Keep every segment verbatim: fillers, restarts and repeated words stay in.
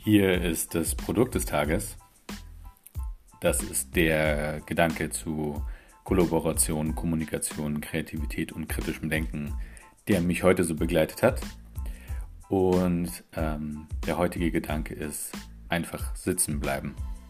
Hier ist das Produkt des Tages. Das ist der Gedanke zu Kollaboration, Kommunikation, Kreativität und kritischem Denken, der mich heute so begleitet hat. Und ähm, der heutige Gedanke ist einfach sitzen bleiben.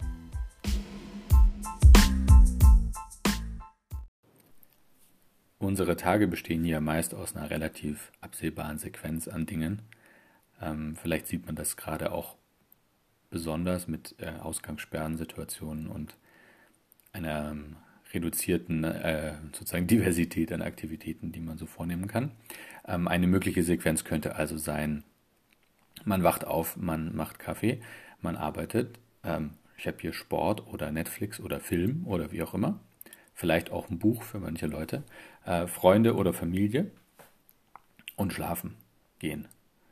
Unsere Tage bestehen ja meist aus einer relativ absehbaren Sequenz an Dingen. Ähm, vielleicht sieht man das gerade auch besonders mit äh, Ausgangssperrensituationen und einer ähm, reduzierten äh, sozusagen Diversität an Aktivitäten, die man so vornehmen kann. Ähm, eine mögliche Sequenz könnte also sein, man wacht auf, man macht Kaffee, man arbeitet, ähm, ich habe hier Sport oder Netflix oder Film oder wie auch immer, vielleicht auch ein Buch für manche Leute, äh, Freunde oder Familie und schlafen gehen.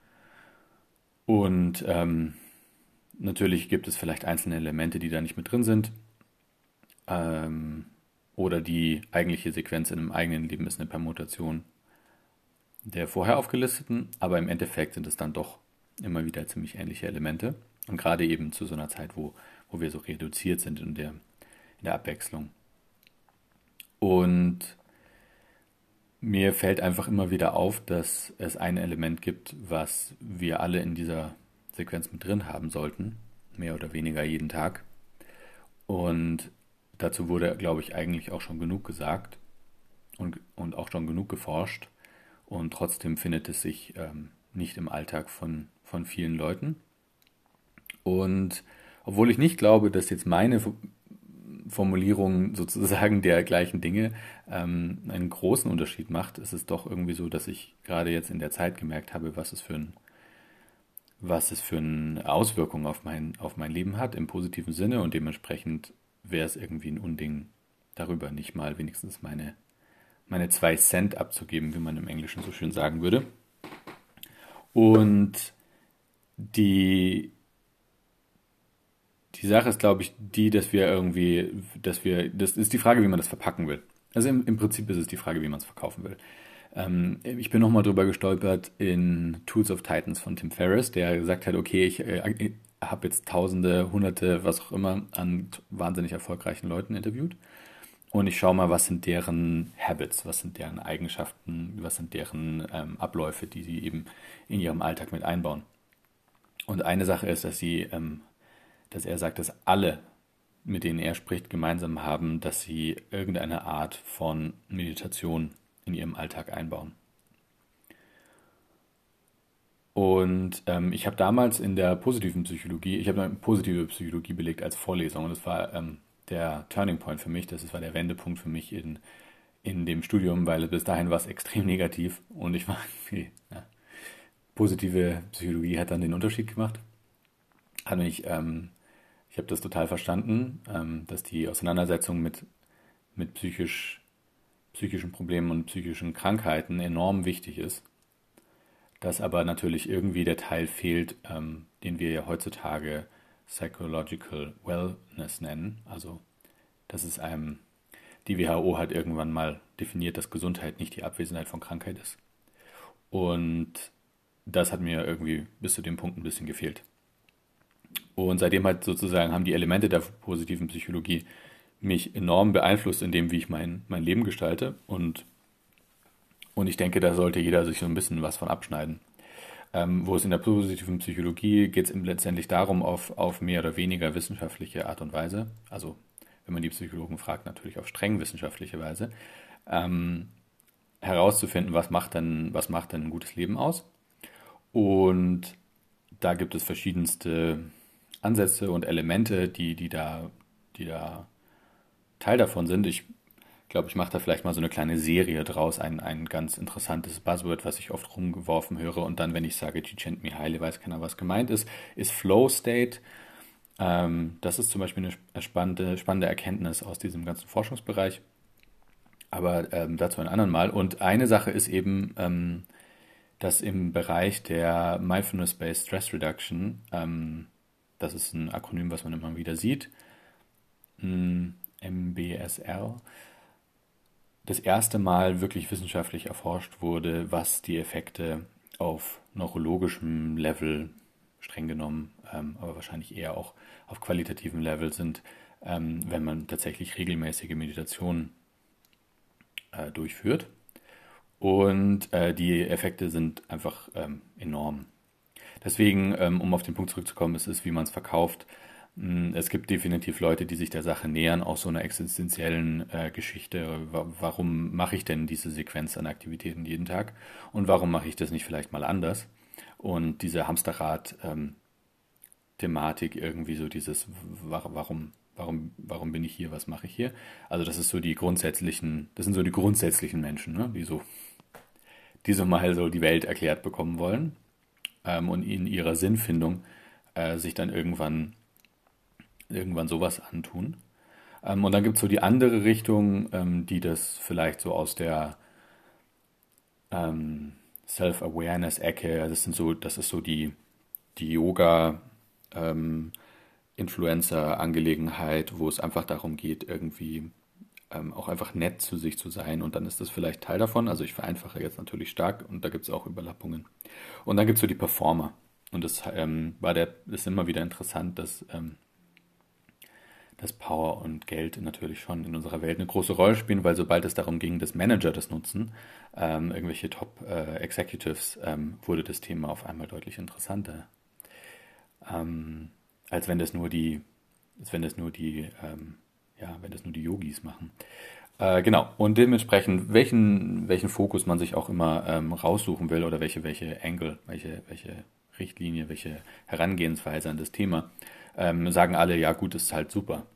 Und ähm, natürlich gibt es vielleicht einzelne Elemente, die da nicht mit drin sind. Ähm, oder die eigentliche Sequenz in einem eigenen Leben ist eine Permutation der vorher aufgelisteten, aber im Endeffekt sind es dann doch immer wieder ziemlich ähnliche Elemente. Und gerade eben zu so einer Zeit, wo, wo wir so reduziert sind in der, in der Abwechslung. Und mir fällt einfach immer wieder auf, dass es ein Element gibt, was wir alle in dieser Sequenz mit drin haben sollten, mehr oder weniger jeden Tag. Und dazu wurde, glaube ich, eigentlich auch schon genug gesagt und, und auch schon genug geforscht. Und trotzdem findet es sich ähm, nicht im Alltag von, von vielen Leuten. Und obwohl ich nicht glaube, dass jetzt meine Formulierung sozusagen der gleichen Dinge ähm, einen großen Unterschied macht, ist es doch irgendwie so, dass ich gerade jetzt in der Zeit gemerkt habe, was es für ein, was es für eine Auswirkung auf mein, auf mein Leben hat, im positiven Sinne, und dementsprechend wäre es irgendwie ein Unding, darüber nicht mal wenigstens meine, meine zwei Cent abzugeben, wie man im Englischen so schön sagen würde. Und die, die Sache ist, glaube ich, die, dass wir irgendwie, dass wir, das ist die Frage, wie man das verpacken will. Also im, im Prinzip ist es die Frage, wie man es verkaufen will. Ähm, ich bin nochmal drüber gestolpert in Tools of Titans von Tim Ferriss, der gesagt hat, okay, ich äh, habe jetzt Tausende, Hunderte, was auch immer, an wahnsinnig erfolgreichen Leuten interviewt. Und ich schaue mal, was sind deren Habits, was sind deren Eigenschaften, was sind deren ähm, Abläufe, die sie eben in ihrem Alltag mit einbauen. Und eine Sache ist, dass sie, ähm, dass er sagt, dass alle, mit denen er spricht, gemeinsam haben, dass sie irgendeine Art von Meditation in ihrem Alltag einbauen. Und ähm, ich habe damals in der positiven Psychologie, ich habe eine positive Psychologie belegt als Vorlesung, und das war ähm, der Turning Point für mich, das war der Wendepunkt für mich in, in dem Studium, weil bis dahin war es extrem negativ und ich war irgendwie, ja, positive Psychologie hat dann den Unterschied gemacht. Hat mich, ähm, ich habe das total verstanden, ähm, dass die Auseinandersetzung mit, mit psychisch, psychischen Problemen und psychischen Krankheiten enorm wichtig ist. Dass aber natürlich irgendwie der Teil fehlt, ähm, den wir ja heutzutage Psychological Wellness nennen. Also, dass es einem, die W H O hat irgendwann mal definiert, dass Gesundheit nicht die Abwesenheit von Krankheit ist. Und das hat mir irgendwie bis zu dem Punkt ein bisschen gefehlt. Und seitdem hat sozusagen haben die Elemente der positiven Psychologie mich enorm beeinflusst in dem, wie ich mein, mein Leben gestalte. Und, und ich denke, da sollte jeder sich so ein bisschen was von abschneiden. Ähm, wo es in der positiven Psychologie geht es letztendlich darum, auf, auf mehr oder weniger wissenschaftliche Art und Weise, also wenn man die Psychologen fragt, natürlich auf streng wissenschaftliche Weise, ähm, herauszufinden, was macht denn, was macht denn ein gutes Leben aus. Und da gibt es verschiedenste Ansätze und Elemente, die, die da, die da Teil davon sind. Ich glaube, ich mache da vielleicht mal so eine kleine Serie draus, ein, ein ganz interessantes Buzzword, was ich oft rumgeworfen höre. Und dann, wenn ich sage, Csikszentmihalyi, weiß keiner, was gemeint ist, ist Flow State. Ähm, das ist zum Beispiel eine spannende, spannende Erkenntnis aus diesem ganzen Forschungsbereich. Aber ähm, dazu ein anderen Mal. Und eine Sache ist eben, ähm, dass im Bereich der Mindfulness-Based Stress Reduction, ähm, das ist ein Akronym, was man immer wieder sieht, M B S R, das erste Mal wirklich wissenschaftlich erforscht wurde, was die Effekte auf neurologischem Level streng genommen, ähm, aber wahrscheinlich eher auch auf qualitativen Level sind, ähm, wenn man tatsächlich regelmäßige Meditationen äh, durchführt. Und äh, die Effekte sind einfach ähm, enorm. Deswegen, ähm, um auf den Punkt zurückzukommen, es ist, wie man es verkauft. Mm, Es gibt definitiv Leute, die sich der Sache nähern, aus so einer existenziellen äh, Geschichte. Wa warum mache ich denn diese Sequenz an Aktivitäten jeden Tag? Und warum mache ich das nicht vielleicht mal anders? Und diese Hamsterrad-Thematik, irgendwie so dieses, wa- warum, warum, warum bin ich hier, was mache ich hier? Also das ist so die grundsätzlichen, das sind so die grundsätzlichen Menschen, ne? Die so, die so mal so die Welt erklärt bekommen wollen, ähm, und in ihrer Sinnfindung äh, sich dann irgendwann, irgendwann sowas antun. Ähm, und dann gibt es so die andere Richtung, ähm, die das vielleicht so aus der ähm, Self-Awareness-Ecke, also das sind so, das ist so die, die Yoga, ähm, Influencer-Angelegenheit, wo es einfach darum geht, irgendwie ähm, auch einfach nett zu sich zu sein. Und dann ist das vielleicht Teil davon. Also ich vereinfache jetzt natürlich stark und da gibt es auch Überlappungen. Und dann gibt es so die Performer. Und das ähm, war der, ist immer wieder interessant, dass, ähm, dass Power und Geld natürlich schon in unserer Welt eine große Rolle spielen, weil sobald es darum ging, dass Manager das nutzen, ähm, irgendwelche Top-Executives, ähm, wurde das Thema auf einmal deutlich interessanter. Ähm, als wenn das nur die, als wenn das nur die, ähm, ja, wenn das nur die Yogis machen. Äh, genau. Und dementsprechend, welchen, welchen Fokus man sich auch immer ähm, raussuchen will oder welche, welche Angle, welche, welche Richtlinie, welche Herangehensweise an das Thema, ähm, sagen alle, ja gut, ist halt super.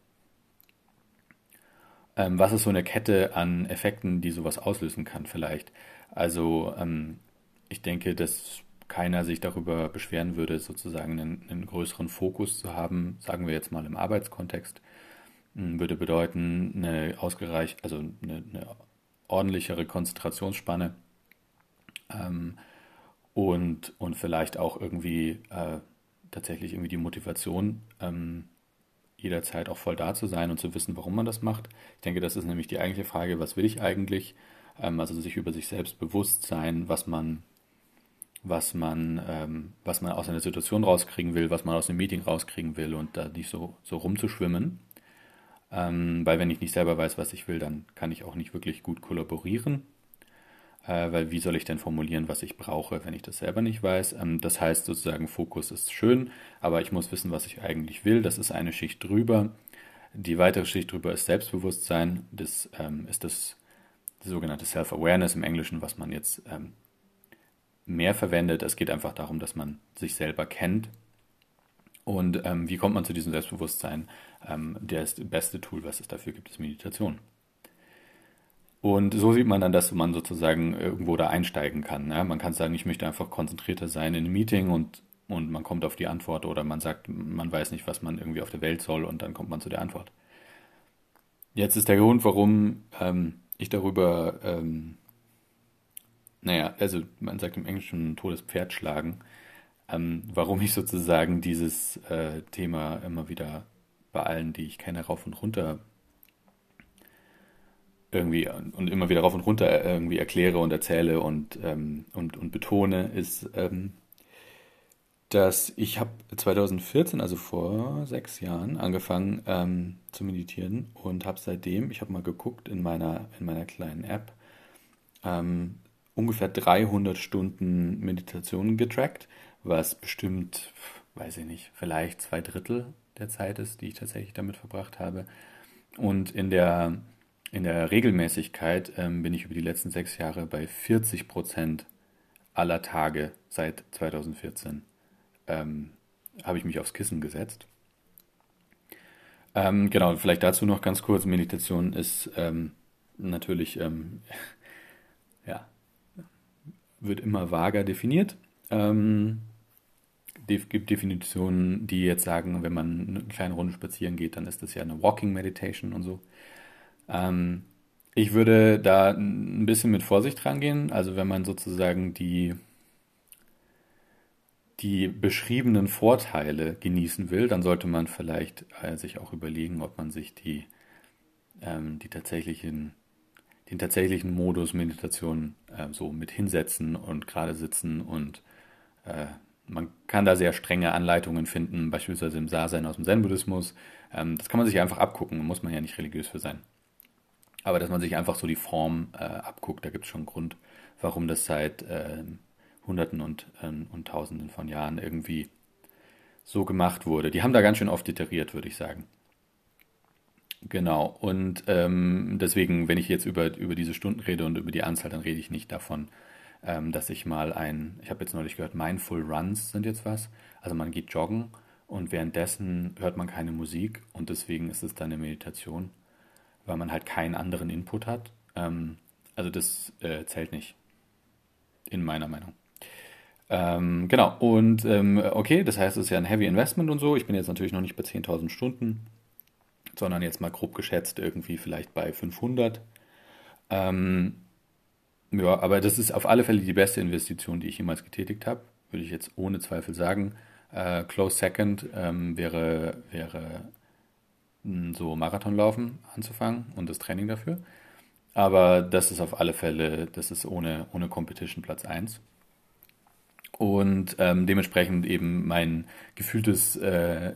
Ähm, was ist so eine Kette an Effekten, die sowas auslösen kann vielleicht? Also ähm, ich denke, dass keiner sich darüber beschweren würde, sozusagen einen, einen größeren Fokus zu haben, sagen wir jetzt mal im Arbeitskontext, m, würde bedeuten, eine ausgereicht, also eine, eine ordentlichere Konzentrationsspanne, ähm, und, und vielleicht auch irgendwie äh, tatsächlich irgendwie die Motivation, ähm, jederzeit auch voll da zu sein und zu wissen, warum man das macht. Ich denke, das ist nämlich die eigentliche Frage, was will ich eigentlich? Ähm, also sich über sich selbst bewusst sein, was man, was man, ähm, was man aus einer Situation rauskriegen will, was man aus einem Meeting rauskriegen will und da nicht so, so rumzuschwimmen. Ähm, weil wenn ich nicht selber weiß, was ich will, dann kann ich auch nicht wirklich gut kollaborieren. Äh, weil wie soll ich denn formulieren, was ich brauche, wenn ich das selber nicht weiß? Ähm, das heißt sozusagen, Fokus ist schön, aber ich muss wissen, was ich eigentlich will. Das ist eine Schicht drüber. Die weitere Schicht drüber ist Selbstbewusstsein. Das ähm, ist das, das sogenannte Self-Awareness im Englischen, was man jetzt ähm, mehr verwendet. Es geht einfach darum, dass man sich selber kennt. Und ähm, wie kommt man zu diesem Selbstbewusstsein? Ähm, das beste Tool, was es dafür gibt, ist Meditation. Und so sieht man dann, dass man sozusagen irgendwo da einsteigen kann. Ne? Man kann sagen, ich möchte einfach konzentrierter sein in einem Meeting und, und man kommt auf die Antwort oder man sagt, man weiß nicht, was man irgendwie auf der Welt soll und dann kommt man zu der Antwort. Jetzt ist der Grund, warum ähm, ich darüber, ähm, naja, also man sagt im Englischen totes Pferd schlagen, ähm, warum ich sozusagen dieses äh, Thema immer wieder bei allen, die ich kenne, rauf und runter irgendwie und immer wieder rauf und runter irgendwie erkläre und erzähle und, ähm, und, und betone, ist, ähm, dass ich habe zwanzig vierzehn, also vor sechs Jahren, angefangen ähm, zu meditieren und habe seitdem, ich habe mal geguckt in meiner, in meiner kleinen App, ähm, ungefähr dreihundert Stunden Meditation getrackt, was bestimmt, weiß ich nicht, vielleicht zwei Drittel der Zeit ist, die ich tatsächlich damit verbracht habe. Und in der, in der Regelmäßigkeit ähm, bin ich über die letzten sechs Jahre bei vierzig Prozent aller Tage seit zwanzig vierzehn. Ähm, habe ich mich aufs Kissen gesetzt. Ähm, genau, vielleicht dazu noch ganz kurz. Meditation ist ähm, natürlich, ähm, ja, wird immer vager definiert. Ähm, Es gibt Definitionen, die jetzt sagen, wenn man eine kleine Runde spazieren geht, dann ist das ja eine Walking Meditation und so. Ähm, Ich würde da ein bisschen mit Vorsicht rangehen. Also wenn man sozusagen die, die beschriebenen Vorteile genießen will, dann sollte man vielleicht äh, sich auch überlegen, ob man sich die, ähm, die tatsächlichen, den tatsächlichen Modus Meditation äh, so mit hinsetzen und gerade sitzen und äh, man kann da sehr strenge Anleitungen finden, beispielsweise im Sazen aus dem Zen-Buddhismus. Ähm, das kann man sich einfach abgucken, muss man ja nicht religiös für sein. Aber dass man sich einfach so die Form äh, abguckt, da gibt es schon einen Grund, warum das seit äh, Hunderten und, äh, und Tausenden von Jahren irgendwie so gemacht wurde. Die haben da ganz schön oft iteriert, würde ich sagen. Genau. Und ähm, deswegen, wenn ich jetzt über, über diese Stunden rede und über die Anzahl, dann rede ich nicht davon, ähm, dass ich mal ein, ich habe jetzt neulich gehört, Mindful Runs sind jetzt was. Also man geht joggen und währenddessen hört man keine Musik und deswegen ist es dann eine Meditation, weil man halt keinen anderen Input hat. Ähm, also das äh, zählt nicht, in meiner Meinung. Ähm, genau, und ähm, okay, das heißt, es ist ja ein Heavy Investment und so. Ich bin jetzt natürlich noch nicht bei zehntausend Stunden, sondern jetzt mal grob geschätzt irgendwie vielleicht bei fünfhundert. Ähm, ja, aber das ist auf alle Fälle die beste Investition, die ich jemals getätigt habe, würde ich jetzt ohne Zweifel sagen. Äh, close second ähm, wäre, wäre mh, so Marathonlaufen anzufangen und das Training dafür. Aber das ist auf alle Fälle, das ist ohne, ohne Competition Platz eins. Und ähm, dementsprechend eben mein gefühltes, äh,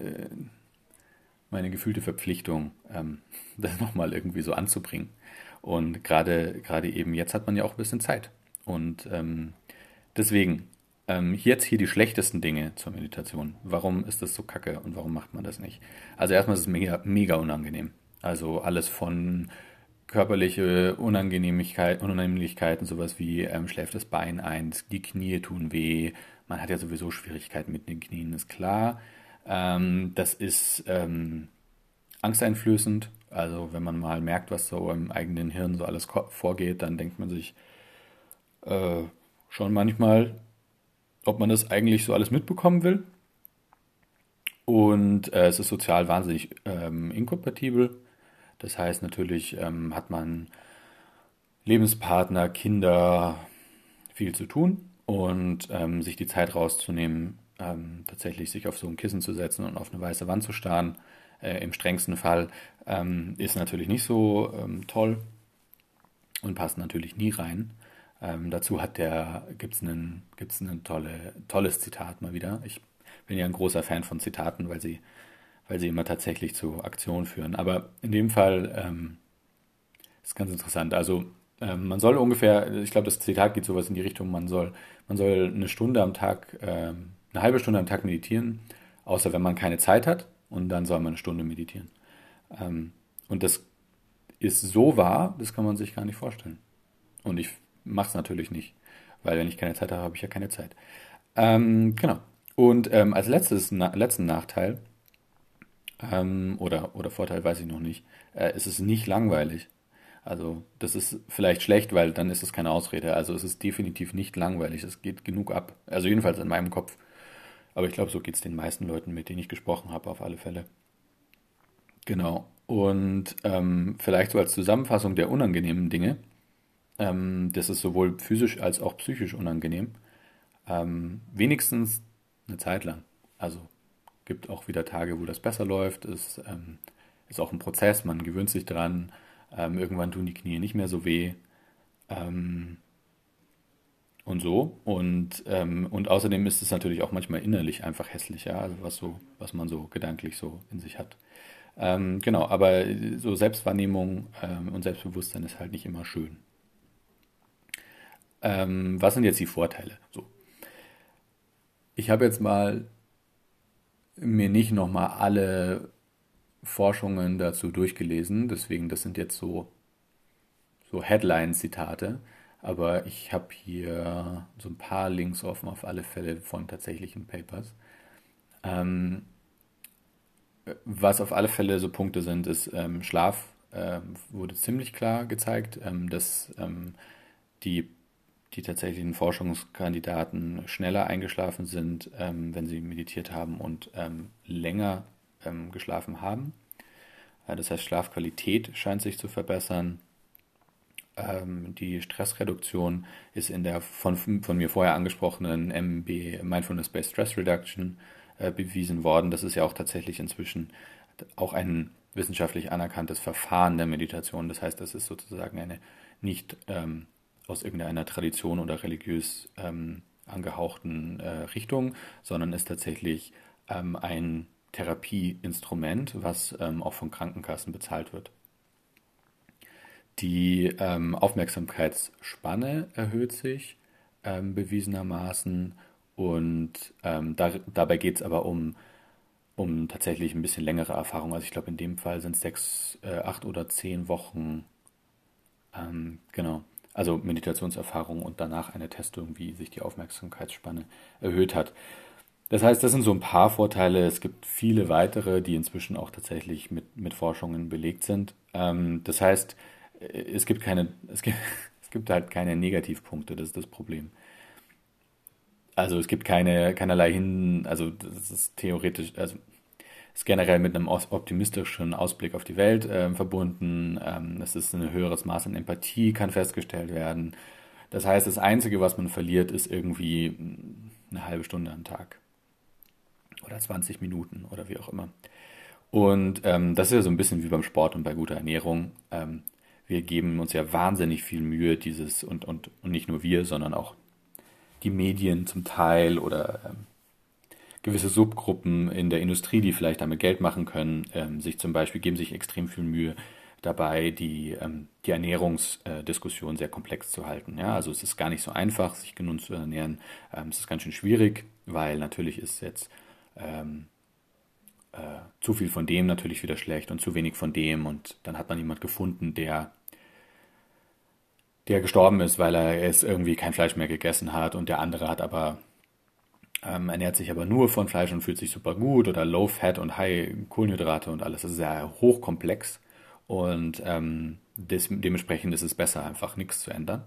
meine gefühlte Verpflichtung, ähm, das nochmal irgendwie so anzubringen. Und gerade gerade eben jetzt hat man ja auch ein bisschen Zeit. Und ähm, deswegen, ähm, jetzt hier die schlechtesten Dinge zur Meditation. Warum ist das so kacke und warum macht man das nicht? Also erstmal ist es mega, mega unangenehm. Also alles von körperliche Unangenehmigkeit, Unannehmlichkeiten, sowas wie ähm, schläft das Bein ein, die Knie tun weh, man hat ja sowieso Schwierigkeiten mit den Knien, ist klar. Ähm, das ist ähm, angsteinflößend, also wenn man mal merkt, was so im eigenen Hirn so alles vorgeht, dann denkt man sich äh, schon manchmal, ob man das eigentlich so alles mitbekommen will. Und äh, es ist sozial wahnsinnig ähm, inkompatibel. Das heißt, natürlich ähm, hat man Lebenspartner, Kinder, viel zu tun und ähm, sich die Zeit rauszunehmen, ähm, tatsächlich sich auf so ein Kissen zu setzen und auf eine weiße Wand zu starren, äh, im strengsten Fall, ähm, ist natürlich nicht so ähm, toll und passt natürlich nie rein. Ähm, dazu hat der, gibt's einen, gibt's ein tolle, tolles Zitat mal wieder. Ich bin ja ein großer Fan von Zitaten, weil sie, weil sie immer tatsächlich zu Aktionen führen. Aber in dem Fall ähm, ist ganz interessant. Also ähm, man soll ungefähr, ich glaube, das Zitat geht sowas in die Richtung, man soll, man soll eine Stunde am Tag, ähm, eine halbe Stunde am Tag meditieren, außer wenn man keine Zeit hat, und dann soll man eine Stunde meditieren. Ähm, und das ist so wahr, das kann man sich gar nicht vorstellen. Und ich mache es natürlich nicht, weil wenn ich keine Zeit habe, habe ich ja keine Zeit. Ähm, genau. Und ähm, als letztes, na, letzten Nachteil, ähm, oder, oder Vorteil, weiß ich noch nicht, äh, ist es nicht langweilig. Also das ist vielleicht schlecht, weil dann ist es keine Ausrede. Also es ist definitiv nicht langweilig. Es geht genug ab. Also jedenfalls in meinem Kopf. Aber ich glaube, so geht es den meisten Leuten, mit denen ich gesprochen habe, auf alle Fälle. Genau. Und ähm, vielleicht so als Zusammenfassung der unangenehmen Dinge. Ähm, das ist sowohl physisch als auch psychisch unangenehm. Ähm, wenigstens eine Zeit lang. Also gibt auch wieder Tage, wo das besser läuft. Es ähm, ist auch ein Prozess, man gewöhnt sich dran. Ähm, irgendwann tun die Knie nicht mehr so weh. Ähm, und so. Und, ähm, und außerdem ist es natürlich auch manchmal innerlich einfach hässlich, ja, also was so, was man so gedanklich so in sich hat. Ähm, genau, aber so Selbstwahrnehmung ähm, und Selbstbewusstsein ist halt nicht immer schön. Ähm, was sind jetzt die Vorteile? So, ich habe jetzt mal mir nicht nochmal alle Forschungen dazu durchgelesen, deswegen das sind jetzt so so Headline-Zitate, aber ich habe hier so ein paar Links offen auf alle Fälle von tatsächlichen Papers. Ähm, was auf alle Fälle so Punkte sind, ist ähm, Schlaf ähm, wurde ziemlich klar gezeigt, ähm, dass ähm, die, die tatsächlichen Forschungskandidaten schneller eingeschlafen sind, ähm, wenn sie meditiert haben und ähm, länger ähm, geschlafen haben. Äh, das heißt, Schlafqualität scheint sich zu verbessern. Ähm, die Stressreduktion ist in der von, von mir vorher angesprochenen M B, Mindfulness-Based Stress Reduction, äh, bewiesen worden. Das ist ja auch tatsächlich inzwischen auch ein wissenschaftlich anerkanntes Verfahren der Meditation. Das heißt, das ist sozusagen eine nicht ähm, aus irgendeiner Tradition oder religiös ähm, angehauchten äh, Richtung, sondern ist tatsächlich ähm, ein Therapieinstrument, was ähm, auch von Krankenkassen bezahlt wird. Die ähm, Aufmerksamkeitsspanne erhöht sich ähm, bewiesenermaßen und ähm, da, dabei geht es aber um, um tatsächlich ein bisschen längere Erfahrung. Also ich glaube, in dem Fall sind es sechs, äh, acht oder zehn Wochen, ähm, genau. Also Meditationserfahrung und danach eine Testung, wie sich die Aufmerksamkeitsspanne erhöht hat. Das heißt, das sind so ein paar Vorteile. Es gibt viele weitere, die inzwischen auch tatsächlich mit, mit Forschungen belegt sind. Ähm, das heißt, äh, es gibt keine, es gibt, es gibt halt keine Negativpunkte, das ist das Problem. Also es gibt keine, keinerlei hin, also das ist theoretisch, also ist generell mit einem optimistischen Ausblick auf die Welt ähm, verbunden. Ähm, es ist ein höheres Maß an Empathie, kann festgestellt werden. Das heißt, das Einzige, was man verliert, ist irgendwie eine halbe Stunde am Tag oder zwanzig Minuten oder wie auch immer. Und ähm, das ist ja so ein bisschen wie beim Sport und bei guter Ernährung. Ähm, wir geben uns ja wahnsinnig viel Mühe, dieses und, und, und nicht nur wir, sondern auch die Medien zum Teil oder ähm, gewisse Subgruppen in der Industrie, die vielleicht damit Geld machen können, ähm, sich zum Beispiel geben sich extrem viel Mühe dabei, die, ähm, die Ernährungsdiskussion sehr komplex zu halten. Ja? Also es ist gar nicht so einfach, sich genug zu ernähren. Ähm, es ist ganz schön schwierig, weil natürlich ist jetzt ähm, äh, zu viel von dem natürlich wieder schlecht und zu wenig von dem und dann hat man jemand gefunden, der der gestorben ist, weil er es irgendwie kein Fleisch mehr gegessen hat und der andere hat aber ähm, ernährt sich aber nur von Fleisch und fühlt sich super gut oder Low Fat und High Kohlenhydrate und alles. Das ist sehr hochkomplex und ähm, des, dementsprechend ist es besser, einfach nichts zu ändern.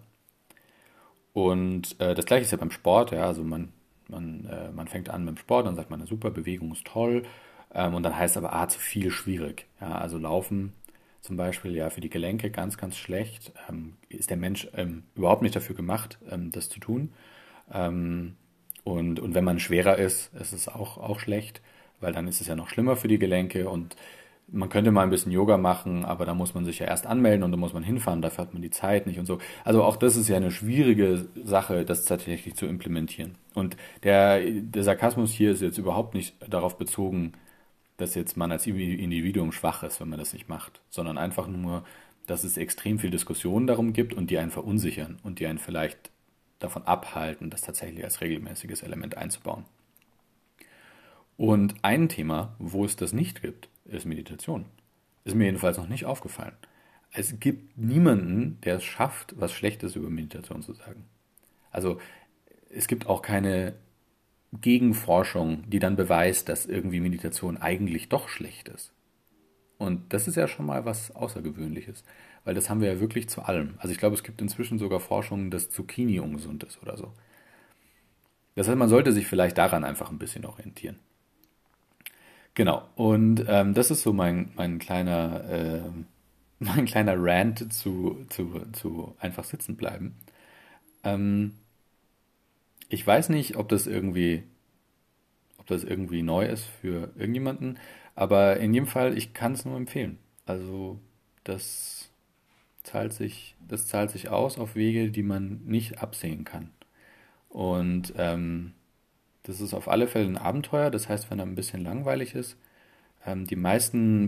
Und äh, das gleiche ist ja beim Sport, ja, also man, man, äh, man fängt an mit dem Sport, dann sagt man, super, Bewegung ist toll, ähm, und dann heißt aber, ah, zu viel schwierig. Ja, also Laufen zum Beispiel, ja, für die Gelenke ganz, ganz schlecht. Ähm, ist der Mensch ähm, überhaupt nicht dafür gemacht, ähm, das zu tun. Ähm, und, und wenn man schwerer ist, ist es auch, auch schlecht, weil dann ist es ja noch schlimmer für die Gelenke und man könnte mal ein bisschen Yoga machen, aber da muss man sich ja erst anmelden und da muss man hinfahren, dafür hat man die Zeit nicht und so. Also auch das ist ja eine schwierige Sache, das tatsächlich zu implementieren. Und der, der Sarkasmus hier ist jetzt überhaupt nicht darauf bezogen, dass jetzt man als Individuum schwach ist, wenn man das nicht macht, sondern einfach nur, dass es extrem viel Diskussion darum gibt und die einen verunsichern und die einen vielleicht davon abhalten, das tatsächlich als regelmäßiges Element einzubauen. Und ein Thema, wo es das nicht gibt, ist Meditation. Ist mir jedenfalls noch nicht aufgefallen. Es gibt niemanden, der es schafft, was Schlechtes über Meditation zu sagen. Also es gibt auch keine Gegenforschung, die dann beweist, dass irgendwie Meditation eigentlich doch schlecht ist. Und das ist ja schon mal was Außergewöhnliches, weil das haben wir ja wirklich zu allem. Also ich glaube, es gibt inzwischen sogar Forschungen, dass Zucchini ungesund ist oder so. Das heißt, man sollte sich vielleicht daran einfach ein bisschen orientieren. Genau. Und ähm, das ist so mein, mein kleiner, äh, mein kleiner Rant zu, zu, zu einfach sitzen bleiben. Ähm, ich weiß nicht, ob das irgendwie, ob das irgendwie neu ist für irgendjemanden, aber in jedem Fall, ich kann es nur empfehlen. Also das zahlt sich, das zahlt sich aus auf Wege, die man nicht absehen kann. Und ähm, das ist auf alle Fälle ein Abenteuer. Das heißt, wenn er ein bisschen langweilig ist, ähm, die meisten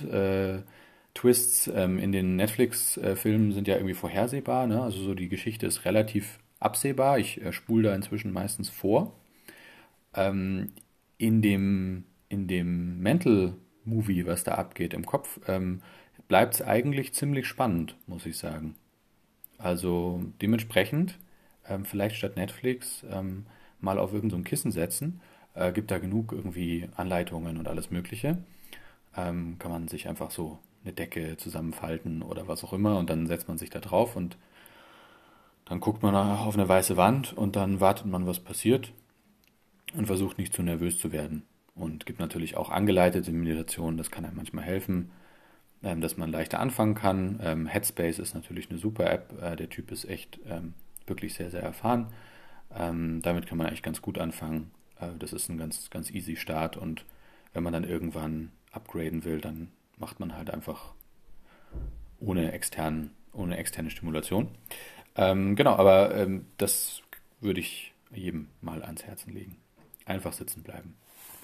Plot-Twists ähm, in den Netflix-Filmen sind ja irgendwie vorhersehbar. Ne? Also so die Geschichte ist relativ absehbar. Ich äh, spule da inzwischen meistens vor. Ähm, in dem, in dem Mental Movie, was da abgeht im Kopf, ähm, bleibt es eigentlich ziemlich spannend, muss ich sagen. Also dementsprechend, ähm, vielleicht statt Netflix ähm, mal auf irgendein so Kissen setzen. Äh, gibt da genug irgendwie Anleitungen und alles Mögliche. Ähm, kann man sich einfach so eine Decke zusammenfalten oder was auch immer und dann setzt man sich da drauf und dann guckt man auf eine weiße Wand und dann wartet man, was passiert und versucht nicht zu nervös zu werden. Und gibt natürlich auch angeleitete Meditationen, das kann einem manchmal helfen, ähm, dass man leichter anfangen kann. Ähm, Headspace ist natürlich eine super App, äh, der Typ ist echt ähm, wirklich sehr, sehr erfahren. Ähm, damit kann man eigentlich ganz gut anfangen. Äh, das ist ein ganz, ganz easy Start und wenn man dann irgendwann upgraden will, dann macht man halt einfach ohne, externen, ohne externe Stimulation. Ähm, genau, aber ähm, das würde ich jedem mal ans Herzen legen. Einfach sitzen bleiben.